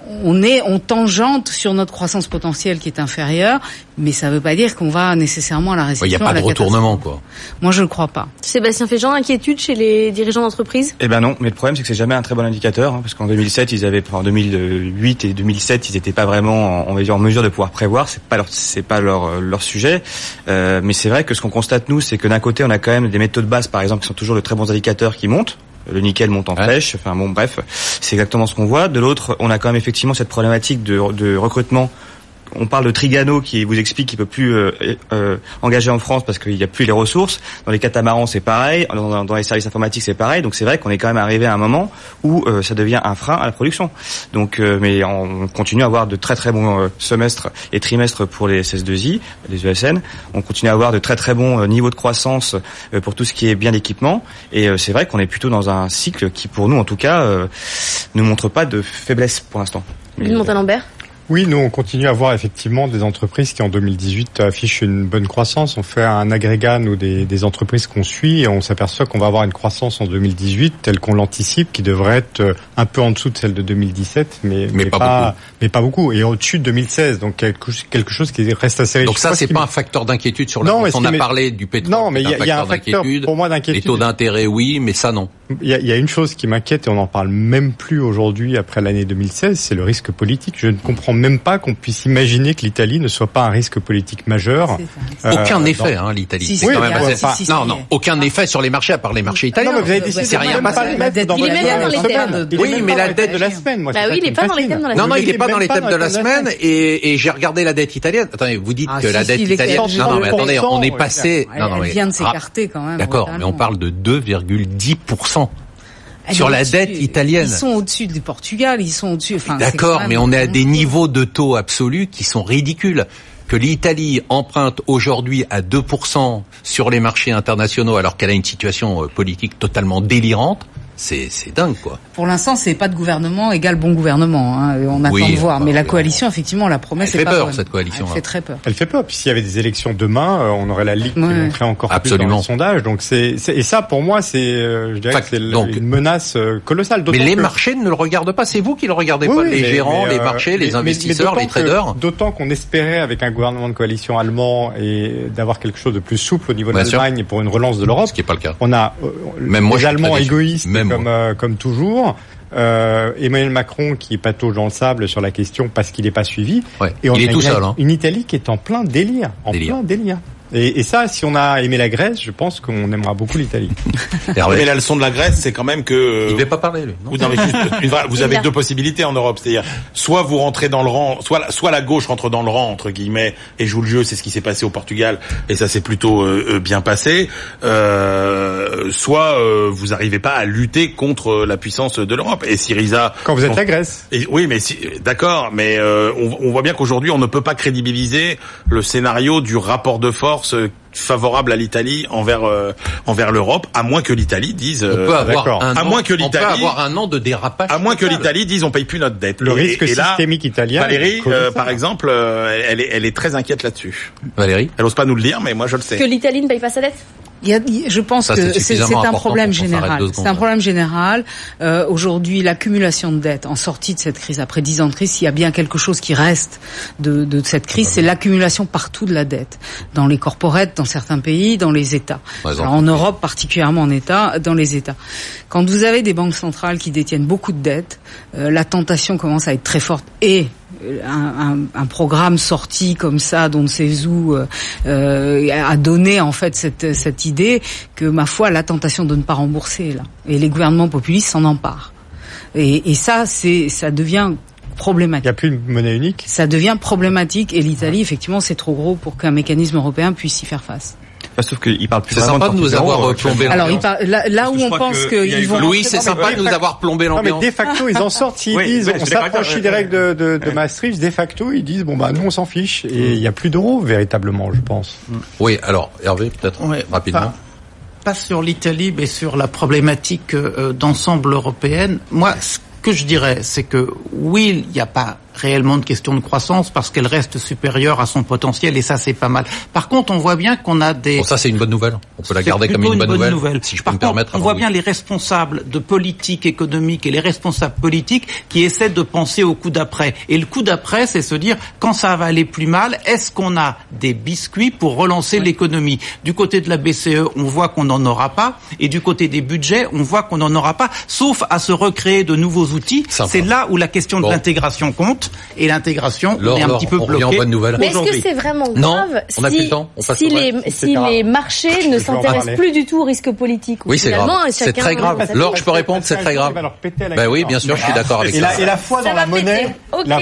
on tangente sur notre croissance potentielle qui est inférieure, mais ça veut pas dire qu'on va nécessairement à la récession. Il n'y a pas de retournement, quoi. Moi, je ne crois pas. Sébastien Féjean, inquiétude chez les dirigeants d'entreprise? Eh ben non, mais le problème c'est que c'est jamais un très bon indicateur, parce qu'en 2007, en 2008 et 2007, ils n'étaient pas vraiment, on va dire, en mesure de pouvoir prévoir. C'est pas leur sujet. Mais c'est vrai que ce qu'on constate nous, c'est que d'un côté, on a quand même des métaux de base, par exemple, qui sont toujours de très bons indicateurs qui montent. Le nickel monte en flèche, enfin bon bref, c'est exactement ce qu'on voit. De l'autre, on a quand même effectivement cette problématique de recrutement. On parle de Trigano qui vous explique qu'il peut plus engager en France parce qu'il n'y a plus les ressources. Dans les catamarans, c'est pareil. Dans les services informatiques, c'est pareil. Donc c'est vrai qu'on est quand même arrivé à un moment où ça devient un frein à la production. Donc, mais on continue à avoir de très très bons semestres et trimestres pour les SS2I, les ESN. On continue à avoir de très très bons niveaux de croissance pour tout ce qui est bien d'équipement. Et c'est vrai qu'on est plutôt dans un cycle qui, pour nous en tout cas, ne montre pas de faiblesse pour l'instant. Guy Montalembert. Oui, nous on continue à voir effectivement des entreprises qui en 2018 affichent une bonne croissance. On fait un agrégat nous des entreprises qu'on suit et on s'aperçoit qu'on va avoir une croissance en 2018 telle qu'on l'anticipe, qui devrait être un peu en dessous de celle de 2017, mais pas beaucoup, et au-dessus de 2016. Donc quelque chose qui reste assez riche. Donc ça, c'est pas un facteur d'inquiétude sur la bourse. On a parlé du pétrole. Non, mais il y a un facteur pour moi d'inquiétude. Les taux d'intérêt, oui, mais ça non. Il y a une chose qui m'inquiète et on n'en parle même plus aujourd'hui après l'année 2016, c'est le risque politique. Je ne comprends même pas qu'on puisse imaginer que l'Italie ne soit pas un risque politique majeur. Aucun effet, l'Italie. Si, c'est quand même non, aucun effet sur les marchés à part les marchés italiens. Non, mais vous avez décidé c'est rien passé. Il est même pas dans les thèmes. Oui, mais la dette de la semaine, moi. Bah oui, il est pas dans les thèmes de la semaine. Non, il est pas dans les thèmes de la semaine et j'ai regardé la dette italienne. Attendez, vous dites que la dette italienne. Non, mais attendez, on est passé. Elle vient de s'écarter quand même. D'accord, mais on parle de 2,10%. Sur la dette italienne. Ils sont au-dessus du Portugal, ils sont au-dessus. Enfin, d'accord, mais on est à des niveaux de taux absolus qui sont ridicules. Que l'Italie emprunte aujourd'hui à 2% sur les marchés internationaux alors qu'elle a une situation politique totalement délirante, c'est dingue, quoi. Pour l'instant, c'est pas de gouvernement égale bon gouvernement. Hein. On attend de voir. Mais la coalition, effectivement, la promesse est pas bonne. Elle fait peur, cette coalition. Elle fait très peur. Elle fait peur. Puis s'il y avait des élections demain, on aurait la Ligue qui montrait encore plus dans les sondages. Donc et ça, pour moi, je dirais que c'est une menace colossale. Mais les marchés ne le regardent pas. C'est vous qui le regardez pas. Les gérants, les marchés, les investisseurs, les traders. D'autant qu'on espérait, avec un gouvernement de coalition allemand, et d'avoir quelque chose de plus souple au niveau de l'Allemagne pour une relance de l'Europe. Ce qui n'est pas le cas. On a les Allemands égoïstes, comme toujours. Emmanuel Macron qui patauge dans le sable sur la question parce qu'il n'est pas suivi. Ouais. Et on il est tout seul. Une Italie qui est en plein délire. Plein délire. Et ça, si on a aimé la Grèce, je pense qu'on aimera beaucoup l'Italie. Mais la leçon de la Grèce, c'est quand même que... Il ne va pas parler, lui. Non, mais juste, vous avez deux possibilités en Europe. C'est-à-dire, soit vous rentrez dans le rang, soit la gauche rentre dans le rang, entre guillemets, et joue le jeu. C'est ce qui s'est passé au Portugal. Et ça s'est plutôt bien passé. Soit vous n'arrivez pas à lutter contre la puissance de l'Europe. Et Syriza... Quand vous êtes la Grèce. Oui, mais d'accord. Mais on voit bien qu'aujourd'hui, on ne peut pas crédibiliser le scénario du rapport de force favorable à l'Italie envers l'Europe, à moins que l'Italie dise on peut avoir un an de dérapage. À moins que l'Italie dise on paye plus notre dette. Le risque systémique italien. Valérie, par exemple, elle est très inquiète là-dessus. Valérie, elle ose pas nous le dire, mais moi je le sais. Que l'Italie ne paye pas sa dette. Je pense que c'est un problème général. C'est un problème général. Aujourd'hui, l'accumulation de dettes en sortie de cette crise, après 10 ans de crise, s'il y a bien quelque chose qui reste de cette crise, c'est l'accumulation partout de la dette. Dans les corporates, dans certains pays, dans les États. Alors, en Europe, particulièrement dans les États. Quand vous avez des banques centrales qui détiennent beaucoup de dettes, la tentation commence à être très forte et un programme sorti comme ça, dont Cezou a donné en fait cette idée que, ma foi, la tentation de ne pas rembourser là, et les gouvernements populistes s'en emparent. Et ça devient problématique. Il n'y a plus une monnaie unique. Ça devient problématique et l'Italie, effectivement, c'est trop gros pour qu'un mécanisme européen puisse y faire face. Sauf qu'il parle plus. C'est sympa de nous avoir plombé l'ambiance. Alors, là où on pense qu'ils vont... Louis, c'est sympa de nous avoir plombé l'ambiance. Non, mais de facto, ils en sortent. S'ils disent, on s'affranchit des règles de Maastricht, de facto, ils disent, nous, on s'en fiche. Et il n'y a plus d'euros, véritablement, je pense. Oui, alors, Hervé, peut-être, rapidement. Pas sur l'Italie, mais sur la problématique d'ensemble européenne. Moi, ce que je dirais, c'est que oui, il n'y a pas réellement de question de croissance parce qu'elle reste supérieure à son potentiel et ça c'est pas mal. Par contre, on voit bien qu'on a des... Bon, ça c'est une bonne nouvelle. On peut la garder comme une bonne nouvelle. Si je peux me permettre. On voit bien les responsables de politique économique et les responsables politiques qui essaient de penser au coup d'après. Et le coup d'après, c'est se dire, quand ça va aller plus mal, est-ce qu'on a des biscuits pour relancer l'économie? Du côté de la BCE, on voit qu'on n'en aura pas. Et du côté des budgets, on voit qu'on n'en aura pas. Sauf à se recréer de nouveaux outils. C'est là où la question de l'intégration compte. Et l'intégration, on est un petit peu bloqué. Mais est-ce que c'est vraiment grave si les marchés ne s'intéressent plus du tout aux risques politiques? Oui, c'est grave. C'est très grave. Laure, je peux répondre, c'est très grave. Ben oui, bien sûr, je suis d'accord avec ça. Et la foi dans la monnaie,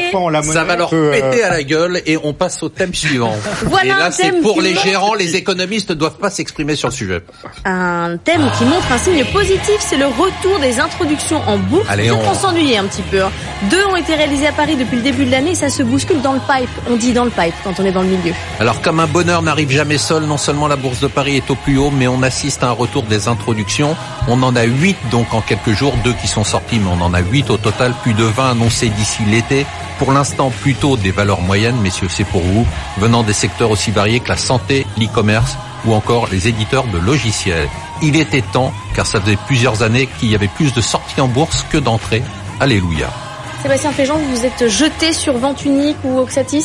ça va leur péter à la gueule et on passe au thème suivant. Et là, c'est pour les gérants, les économistes ne doivent pas s'exprimer sur le sujet. Un thème qui montre un signe positif, c'est le retour des introductions en bourse. On s'ennuyait un petit peu. 2 ont été réalisés à Paris depuis le début de l'année, ça se bouscule dans le pipe. On dit dans le pipe quand on est dans le milieu. Alors, comme un bonheur n'arrive jamais seul, non seulement la bourse de Paris est au plus haut, mais on assiste à un retour des introductions. On en a 8 donc en quelques jours, 2 qui sont sortis, mais on en a 8 au total, plus de 20 annoncés d'ici l'été. Pour l'instant, plutôt des valeurs moyennes, messieurs, c'est pour vous, venant des secteurs aussi variés que la santé, l'e-commerce ou encore les éditeurs de logiciels. Il était temps, car ça faisait plusieurs années qu'il y avait plus de sorties en bourse que d'entrées. Alléluia. Sébastien Féjean, vous vous êtes jeté sur Vente Unique ou Oxatis?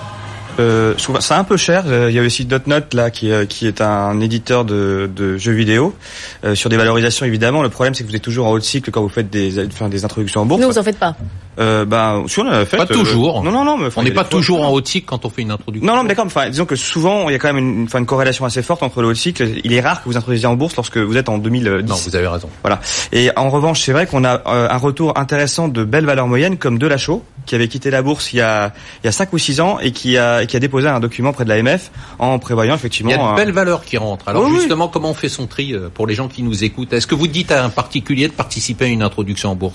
Je trouve ça un peu cher. Il y a aussi Dotnote là qui est un éditeur de jeux vidéo sur des valorisations évidemment. Le problème c'est que vous êtes toujours en haut de cycle quand vous faites des introductions en bourse. Non, vous en faites pas. Si on en a fait. Pas toujours. Non. On n'est pas toujours en haut de cycle quand on fait une introduction. Non, mais d'accord. Disons que souvent il y a quand même une corrélation assez forte entre le haut de cycle. Il est rare que vous introduisiez en bourse lorsque vous êtes en 2010. Non, vous avez raison. Voilà. Et en revanche, c'est vrai qu'on a un retour intéressant de belles valeurs moyennes comme Delachaux, qui avait quitté la bourse il y a 5 ou 6 ans et qui a déposé un document près de l'AMF en prévoyant effectivement... Il y a de belles valeurs qui rentrent. Alors justement, comment on fait son tri pour les gens qui nous écoutent? Est-ce que vous dites à un particulier de participer à une introduction en bourse?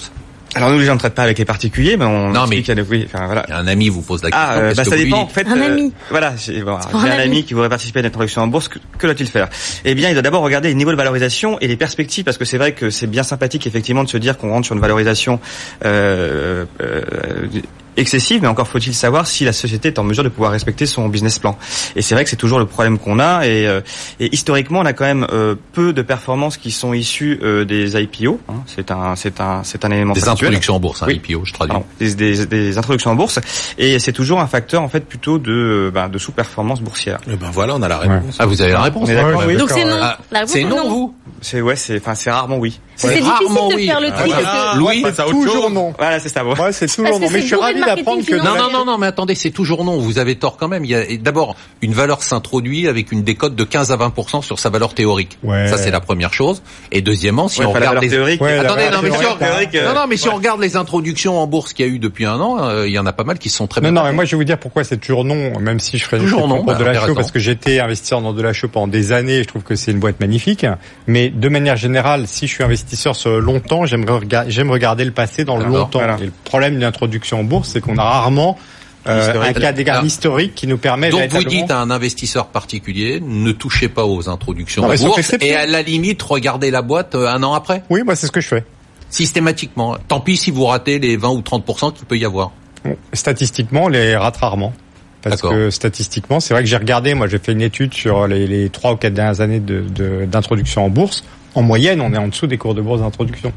Alors nous, les gens ne traitent pas avec les particuliers, mais on explique qu'il y a oui, enfin voilà. Un ami vous pose la question. Ça dépend. En fait, un ami. Voilà, j'ai un ami qui voudrait participer à l'introduction en bourse. Que doit-il faire? Eh bien, il doit d'abord regarder les niveaux de valorisation et les perspectives, parce que c'est vrai que c'est bien sympathique effectivement de se dire qu'on rentre sur une valorisation excessive, mais encore faut-il savoir si la société est en mesure de pouvoir respecter son business plan. Et c'est vrai que c'est toujours le problème qu'on a. Et historiquement, on a quand même peu de performances qui sont issues des IPO. Hein. C'est un élément des factuel. Introductions en bourse, oui. IPO, je traduis. Alors, des introductions en bourse. Et c'est toujours un facteur en fait plutôt de sous-performance boursière. Et ben voilà, on a la réponse. Ouais. Ah, vous avez la réponse. On est d'accord, oui. Donc c'est non. C'est non, vous. C'est rarement oui. C'est difficile de faire le tri. Louis, c'est toujours non. Voilà, c'est ça. Bon. Ouais, c'est toujours non. Mais je suis ravi d'apprendre que non, mais attendez, c'est toujours non. Vous avez tort quand même. Il y a d'abord une valeur s'introduit avec une décote de 15 à 20% sur sa valeur théorique. Ouais. Ça c'est la première chose. Et deuxièmement, si on regarde les théorique, si on regarde les introductions en bourse qu'il y a eu depuis un an, il y en a pas mal qui sont très bien. Non, mais moi je vais vous dire pourquoi c'est toujours non, même si je ferais toujours non pour Delachaux, parce que j'étais investisseur dans Delachaux pendant des années. Je trouve que c'est une boîte magnifique. Mais de manière générale, si je suis investisseur sur le long temps, j'aime regarder le passé dans le long temps. Voilà. Et le problème d'une introduction en bourse, c'est qu'on a rarement un cas d'écart historique qui nous permet. Donc vous dites à un investisseur particulier, ne touchez pas aux introductions en bourse et à la limite regardez la boîte un an après. Oui, moi c'est ce que je fais. Systématiquement. Tant pis si vous ratez les 20 ou 30% qu'il peut y avoir. Statistiquement, on les rate rarement. Parce que statistiquement, c'est vrai que j'ai regardé, moi j'ai fait une étude sur les 3 ou 4 dernières années d'introduction en bourse. En moyenne, on est en dessous des cours de bourse d'introduction.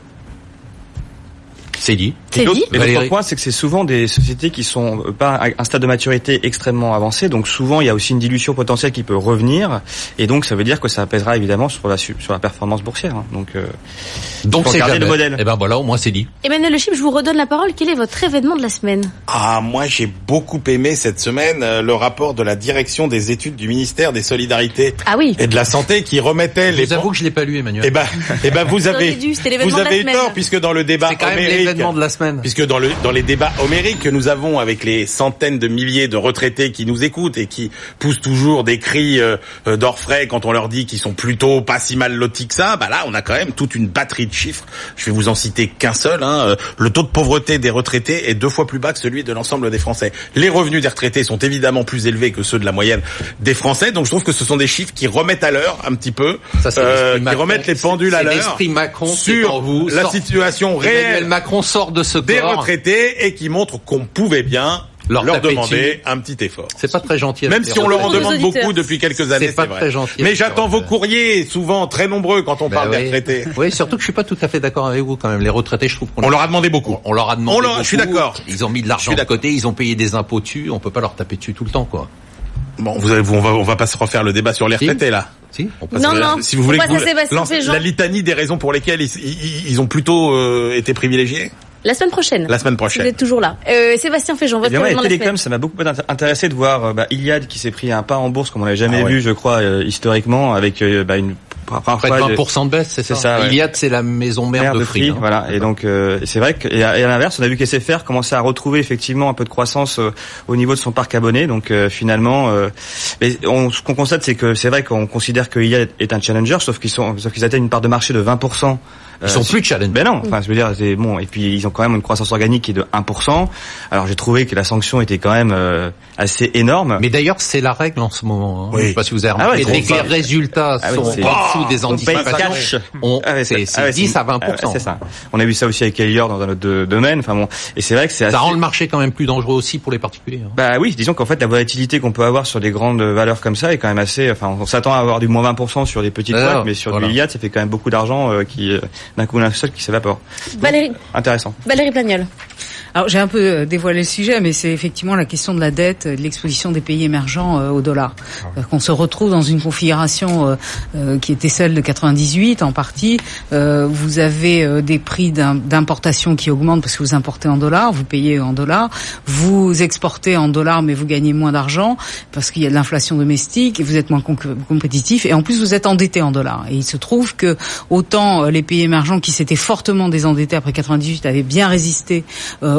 C'est dit. Et l'autre point, c'est que c'est souvent des sociétés qui sont pas à un stade de maturité extrêmement avancé. Donc souvent, il y a aussi une dilution potentielle qui peut revenir. Et donc, ça veut dire que ça pèsera évidemment sur la performance boursière. Hein. Donc c'est le modèle. Et ben voilà, au moins c'est dit. Emmanuel Le Chip, je vous redonne la parole. Quel est votre événement de la semaine? Moi j'ai beaucoup aimé cette semaine le rapport de la direction des études du ministère des Solidarités et de la Santé qui remettait les. Je vous avoue que je l'ai pas lu, Emmanuel. Eh ben vous avez tort, puisque dans le débat homérique de la semaine. Puisque dans les débats homériques que nous avons avec les centaines de milliers de retraités qui nous écoutent et qui poussent toujours des cris d'orfraie quand on leur dit qu'ils sont plutôt pas si mal lotis que ça, là on a quand même toute une batterie de chiffres. Je vais vous en citer qu'un seul. Le taux de pauvreté des retraités est 2 fois plus bas que celui de l'ensemble des Français. Les revenus des retraités sont évidemment plus élevés que ceux de la moyenne des Français. Donc je trouve que ce sont des chiffres qui remettent à l'heure un petit peu, qui remettent les pendules à l'heure l'esprit Macron sur la situation réelle. Emmanuel Macron sort de ce des retraités et qui montre qu'on pouvait bien leur demander un petit effort. C'est pas très gentil. Même si on leur en demande beaucoup depuis quelques années, c'est pas très gentil. Mais j'attends vos courriers, souvent très nombreux quand on parle des retraités. Oui, surtout que je suis pas tout à fait d'accord avec vous quand même. Les retraités, je trouve qu'on leur a demandé beaucoup. On leur a demandé beaucoup. Je suis d'accord. Ils ont mis de l'argent de côté, ils ont payé des impôts dessus, on peut pas leur taper dessus tout le temps, quoi. Bon, on va pas se refaire le débat sur les retraités, là. Si, si vous voulez la litanie des raisons pour lesquelles ils ont plutôt été privilégiés. La semaine prochaine. Vous êtes toujours là. Sébastien Féjean, votre événement de la semaine. Ça m'a beaucoup intéressé de voir Iliad qui s'est pris un pas en bourse comme on l'avait jamais vu, je crois, historiquement, avec une près de 20% de baisse, c'est ça. Iliad, c'est la maison mère de Free. Voilà. Et donc, c'est vrai que, et à l'inverse, on a vu qu'SFR commençait à retrouver effectivement un peu de croissance au niveau de son parc abonné. Donc, finalement, ce qu'on constate, c'est que c'est vrai qu'on considère que Iliad est un challenger, sauf qu'ils atteignent une part de marché de 20%. Ils sont plus challenger. Ben non, je veux dire, c'est bon. Et puis ils ont quand même une croissance organique qui est de 1%. Alors j'ai trouvé que la sanction était quand même assez énorme. Mais d'ailleurs, c'est la règle en ce moment. Oui. Je sais pas si vous avez remarqué. Dès que les résultats sont en dessous des anticipations, c'est 10 à 20%. C'est ça. On a vu ça aussi avec Elior dans un autre domaine. Enfin bon. Et c'est vrai que ça rend le marché quand même plus dangereux aussi pour les particuliers. Bah oui, disons qu'en fait la volatilité qu'on peut avoir sur des grandes valeurs comme ça est quand même assez. Enfin, on s'attend à avoir du moins 20% sur les petites boîtes, mais sur du Iliad, ça fait quand même beaucoup d'argent qui d'un coup d'un seul qui s'évapore. Intéressant. Valérie Plagnol. Alors j'ai un peu dévoilé le sujet, mais c'est effectivement la question de la dette, de l'exposition des pays émergents au dollar. Qu'on se retrouve dans une configuration qui était celle de 98 en partie. Vous avez des prix d'importation qui augmentent parce que vous importez en dollars, vous payez en dollars, vous exportez en dollars mais vous gagnez moins d'argent parce qu'il y a de l'inflation domestique et vous êtes moins compétitif et en plus vous êtes endetté en dollars. Et il se trouve que autant les pays émergents qui s'étaient fortement désendettés après 98 avaient bien résisté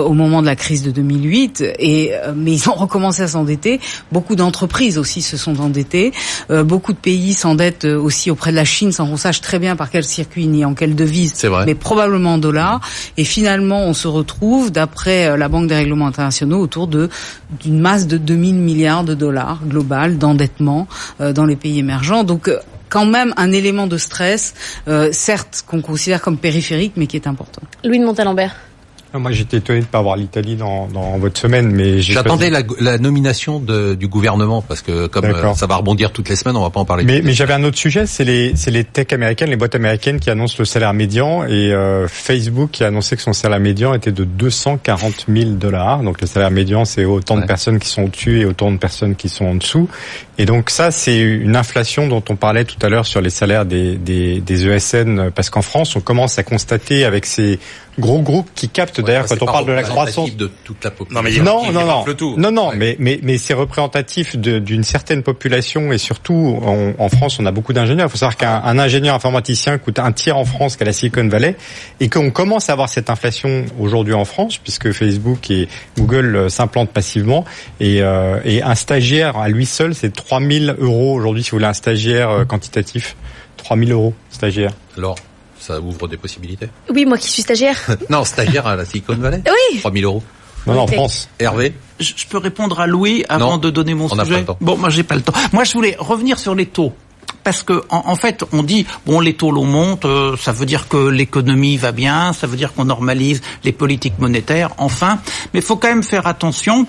au moment de la crise de 2008, mais ils ont recommencé à s'endetter. Beaucoup d'entreprises aussi se sont endettées. Beaucoup de pays s'endettent aussi auprès de la Chine sans qu'on sache très bien par quel circuit ni en quelle devise, mais probablement en dollars. Et finalement, on se retrouve, d'après la Banque des règlements internationaux, autour d'une masse de 2000 milliards de dollars global d'endettement dans les pays émergents. Donc quand même un élément de stress, certes qu'on considère comme périphérique, mais qui est important. Louis de Montalembert. Moi, j'étais étonné de ne pas avoir l'Italie dans votre semaine, mais j'attendais la nomination du gouvernement, parce que comme ça va rebondir toutes les semaines, on va pas en parler. Mais j'avais un autre sujet, c'est les tech américaines, les boîtes américaines qui annoncent le salaire médian, et Facebook qui a annoncé que son salaire médian était de $240 000. Donc le salaire médian, c'est autant de personnes qui sont au-dessus et autant de personnes qui sont en dessous. Et donc ça, c'est une inflation dont on parlait tout à l'heure sur les salaires des ESN, parce qu'en France, on commence à constater avec ces gros groupes qui captent d'ailleurs quand on parle de la croissance de toute la population. Non, mais c'est représentatif d'une certaine population, et surtout en France, on a beaucoup d'ingénieurs. Il faut savoir qu'un ingénieur informaticien coûte un tiers en France qu'à la Silicon Valley, et qu'on commence à avoir cette inflation aujourd'hui en France puisque Facebook et Google s'implantent passivement, et un stagiaire à lui seul, c'est 3 000 € aujourd'hui si vous voulez un stagiaire quantitatif. 3 000 € stagiaire. Alors, ça ouvre des possibilités. Oui, moi qui suis stagiaire. Non, stagiaire à la Silicon Valley. Oui. 3 000 €. Non, en France. Hervé. Je peux répondre à Louis avant de donner mon sujet. Bon, moi j'ai pas le temps. Moi je voulais revenir sur les taux. Parce que en fait, on dit les taux l'eau montent, ça veut dire que l'économie va bien, ça veut dire qu'on normalise les politiques monétaires, enfin. Mais il faut quand même faire attention.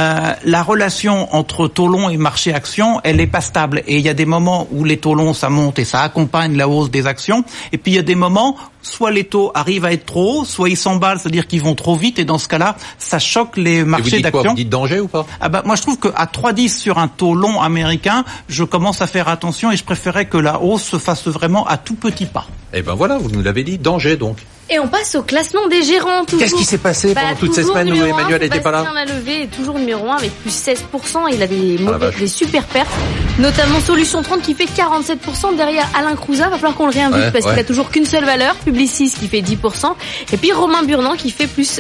La relation entre taux long et marché actions, elle est pas stable. Et il y a des moments où les taux longs ça monte et ça accompagne la hausse des actions. Et puis il y a des moments soit les taux arrivent à être trop hauts, soit ils s'emballent, c'est-à-dire qu'ils vont trop vite. Et dans ce cas-là, ça choque les marchés d'actions. Vous dites danger ou pas? Moi je trouve qu'à 3,10 sur un taux long américain, je commence à faire attention et je préférerais que la hausse se fasse vraiment à tout petit pas. Eh ben voilà, vous nous l'avez dit, danger donc. Et on passe au classement des gérants. Qu'est-ce qui s'est passé pendant toutes ces semaines où Emmanuel n'était pas là? Sébastien Lalevé est toujours numéro 1 avec plus 16%. Il a des super pertes, notamment Solution 30 qui fait 47% derrière Alain Crouzat. Va falloir qu'on le réinvite parce qu'il a toujours qu'une seule valeur. Publicis qui fait 10%. Et puis Romain Burnand qui fait plus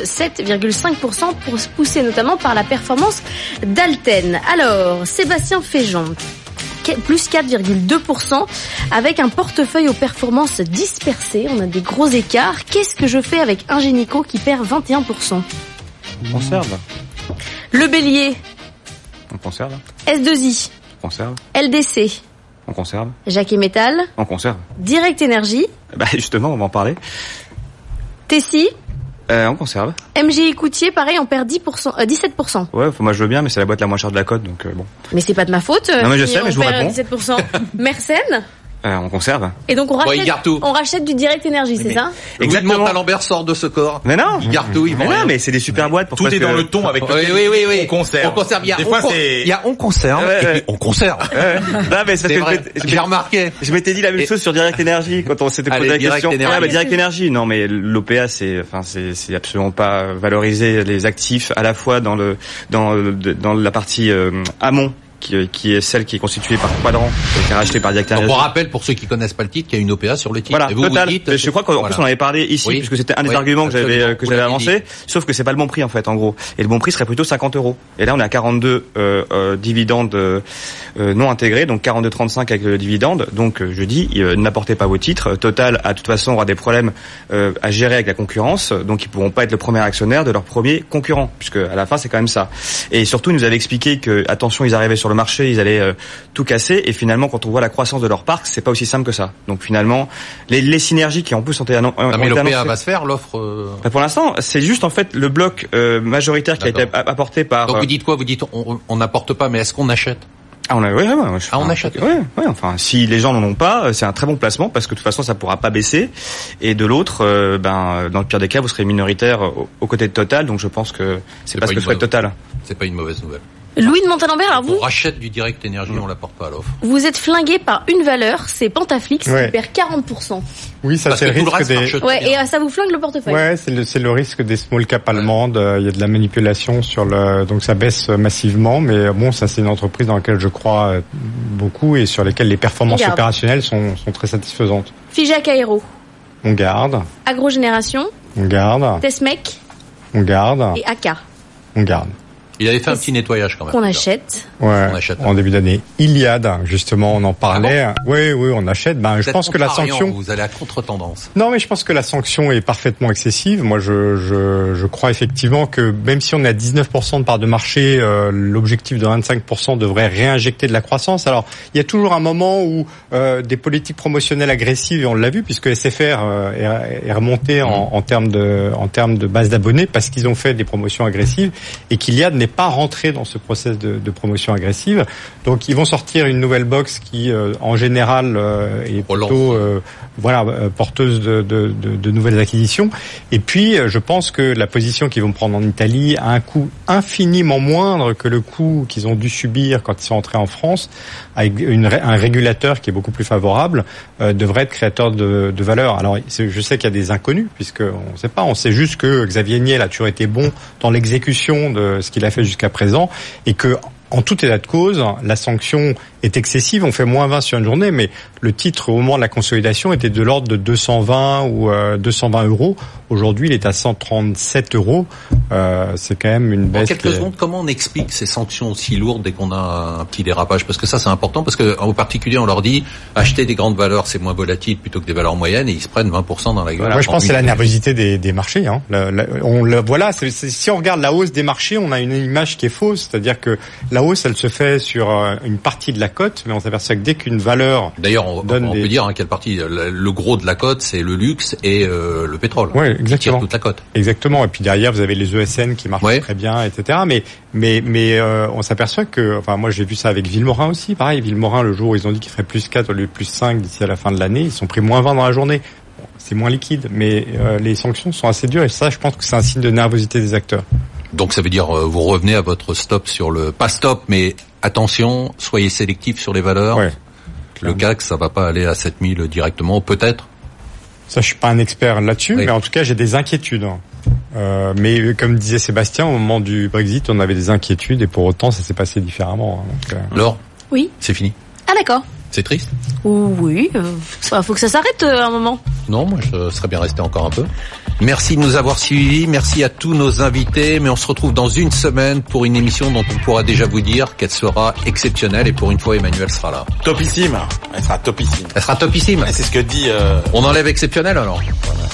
7,5% poussé notamment par la performance d'Alten. Alors, Sébastien Féjean. Plus 4,2% avec un portefeuille aux performances dispersées. On a des gros écarts. Qu'est-ce que je fais avec Ingenico qui perd 21%? On conserve. Le Bélier. On conserve. S2I. On conserve. LDC. On conserve. Jacquet Métal. On conserve. Direct Énergie. Justement, on va en parler. Tessie. On conserve. MGI Coutier, pareil, on perd 17%. Ouais, moi je veux bien, mais c'est la boîte la moins chère de la cote, donc bon. Mais c'est pas de ma faute. Non mais je sais, mais je vous réponds. 17%. Mersenne. On conserve. Et donc on rachète du Direct Énergie, c'est ça? Exactement. Montalembert sort de ce corps. Mais non. Il garde tout, il vend rien. Mais c'est des super boîtes. Tout est dans le ton avec le. Oui. On conserve. On conserve. Il y a on conserve et puis on conserve. Non mais c'est vrai. J'ai remarqué. Je m'étais dit la même chose sur Direct Énergie quand on s'était posé la question. Direct Énergie. Non mais l'OPA c'est absolument pas valoriser les actifs à la fois dans la partie amont, qui est celle qui est constituée par Quadrant, qui a été rachetée par Direct Énergie. On rappelle, pour ceux qui connaissent pas le titre, qu'il y a une OPA sur le titre. Voilà, et vous Total. Vous dites, je crois qu'en plus on avait parlé ici, puisque c'était un des arguments que j'avais avancé, sauf que c'est pas le bon prix en fait, en gros. Et le bon prix serait plutôt 50 €. Et là on est à 42 dividendes non intégrés, donc 42,35 avec le dividende. Donc je dis, n'apportez pas vos titres. Total, à toute façon, aura des problèmes à gérer avec la concurrence, donc ils pourront pas être le premier actionnaire de leur premier concurrent, puisque à la fin c'est quand même ça. Et surtout, ils nous avaient expliqué que attention, ils arrivaient sur le marché, ils allaient tout casser, et finalement quand on voit la croissance de leur parc, c'est pas aussi simple que ça. Donc finalement les synergies qui en plus ont été annoncées. Mais l'OPA va se faire, l'offre pour l'instant, c'est juste en fait le bloc majoritaire qui a été apporté par. Donc vous dites quoi? Vous dites on n'apporte pas, mais est-ce qu'on achète? On achète. Ouais, enfin, si les gens n'en ont pas, c'est un très bon placement parce que de toute façon, ça pourra pas baisser. Et de l'autre, dans le pire des cas, vous serez minoritaire aux côtés de Total. Donc je pense que c'est pas ce que souhaite Total. C'est pas une mauvaise nouvelle. Louis de Montalembert, alors vous... On rachète du Direct Énergie, on l'apporte pas à l'offre. Vous êtes flingué par une valeur, c'est Pantaflix, qui perd 40%. Oui, ça c'est le risque des... et ça vous flingue le portefeuille. Ouais, c'est le risque des small cap allemandes. Il y a de la manipulation donc ça baisse massivement, mais bon, ça c'est une entreprise dans laquelle je crois beaucoup et sur lesquelles les performances opérationnelles sont très satisfaisantes. Figeac Aéro. On garde. Agrogénération. On garde. Tesmec. On garde. Et AK. On garde. Il avait fait un petit nettoyage quand même. Qu'on achète. Ouais, On achète. en début d'année. Iliad, justement, on en parlait. Ah oui, on achète. Je pense que la sanction... Vous allez à contre-tendance. Non, mais je pense que la sanction est parfaitement excessive. Moi, je crois effectivement que même si on est à 19% de part de marché, l'objectif de 25% devrait réinjecter de la croissance. Alors, il y a toujours un moment où des politiques promotionnelles agressives, et on l'a vu, puisque SFR est remonté en termes de base d'abonnés, parce qu'ils ont fait des promotions agressives, et qu'Iliad n'est pas rentré dans ce process de promotion agressive. Donc ils vont sortir une nouvelle box qui en général est plutôt porteuse de nouvelles acquisitions. Et puis je pense que la position qu'ils vont prendre en Italie a un coût infiniment moindre que le coût qu'ils ont dû subir quand ils sont entrés en France, avec un régulateur qui est beaucoup plus favorable, devrait être créateur de valeur. Alors je sais qu'il y a des inconnus, puisque on sait pas, on sait juste que Xavier Niel a toujours été bon dans l'exécution de ce qu'il a fait jusqu'à présent, et que en tout état de cause, la sanction est excessive. On fait moins 20 sur une journée, mais le titre au moment de la consolidation était de l'ordre de 220 ou 220 euros. Aujourd'hui, il est à 137 euros. C'est quand même une baisse. En quelques secondes, comment on explique ces sanctions aussi lourdes dès qu'on a un petit dérapage? Parce que ça, c'est important, parce que en particulier, on leur dit acheter des grandes valeurs, c'est moins volatile plutôt que des valeurs moyennes, et ils se prennent 20% dans la gueule. Moi, je pense que c'est la nervosité des marchés. Hein. Si on regarde la hausse des marchés, on a une image qui est fausse, c'est-à-dire que la hausse, elle se fait sur une partie de la cote, mais on s'aperçoit que dès qu'une valeur... D'ailleurs, on peut dire quelle partie. Le gros de la cote, c'est le luxe et le pétrole. Oui, exactement. Qui tire toute la cote. Exactement. Et puis derrière, vous avez les ESN qui marchent très bien, etc. Mais on s'aperçoit que... Enfin, moi, j'ai vu ça avec Villemorin aussi. Pareil, Villemorin, le jour où ils ont dit qu'ils feraient plus 4 au lieu de plus 5 d'ici à la fin de l'année, ils sont pris moins 20 dans la journée. Bon, c'est moins liquide, mais les sanctions sont assez dures. Et ça, je pense que c'est un signe de nervosité des acteurs. Donc ça veut dire vous revenez à votre stop sur le... Pas stop, mais attention, soyez sélectif sur les valeurs. Ouais, le CAC, ça va pas aller à 7000 directement, peut-être. Ça, je suis pas un expert là-dessus, mais en tout cas, j'ai des inquiétudes. Mais comme disait Sébastien, au moment du Brexit, on avait des inquiétudes, et pour autant, ça s'est passé différemment. Donc, Laure ? Oui. C'est fini. Ah d'accord. C'est triste ? Oui, faut que ça s'arrête un moment. Non, moi je serais bien resté encore un peu. Merci de nous avoir suivis, merci à tous nos invités, mais on se retrouve dans une semaine pour une émission dont on pourra déjà vous dire qu'elle sera exceptionnelle, et pour une fois Emmanuel sera là. Topissime. Elle sera topissime. Elle sera topissime. Et c'est ce que dit... On enlève exceptionnel alors. Voilà.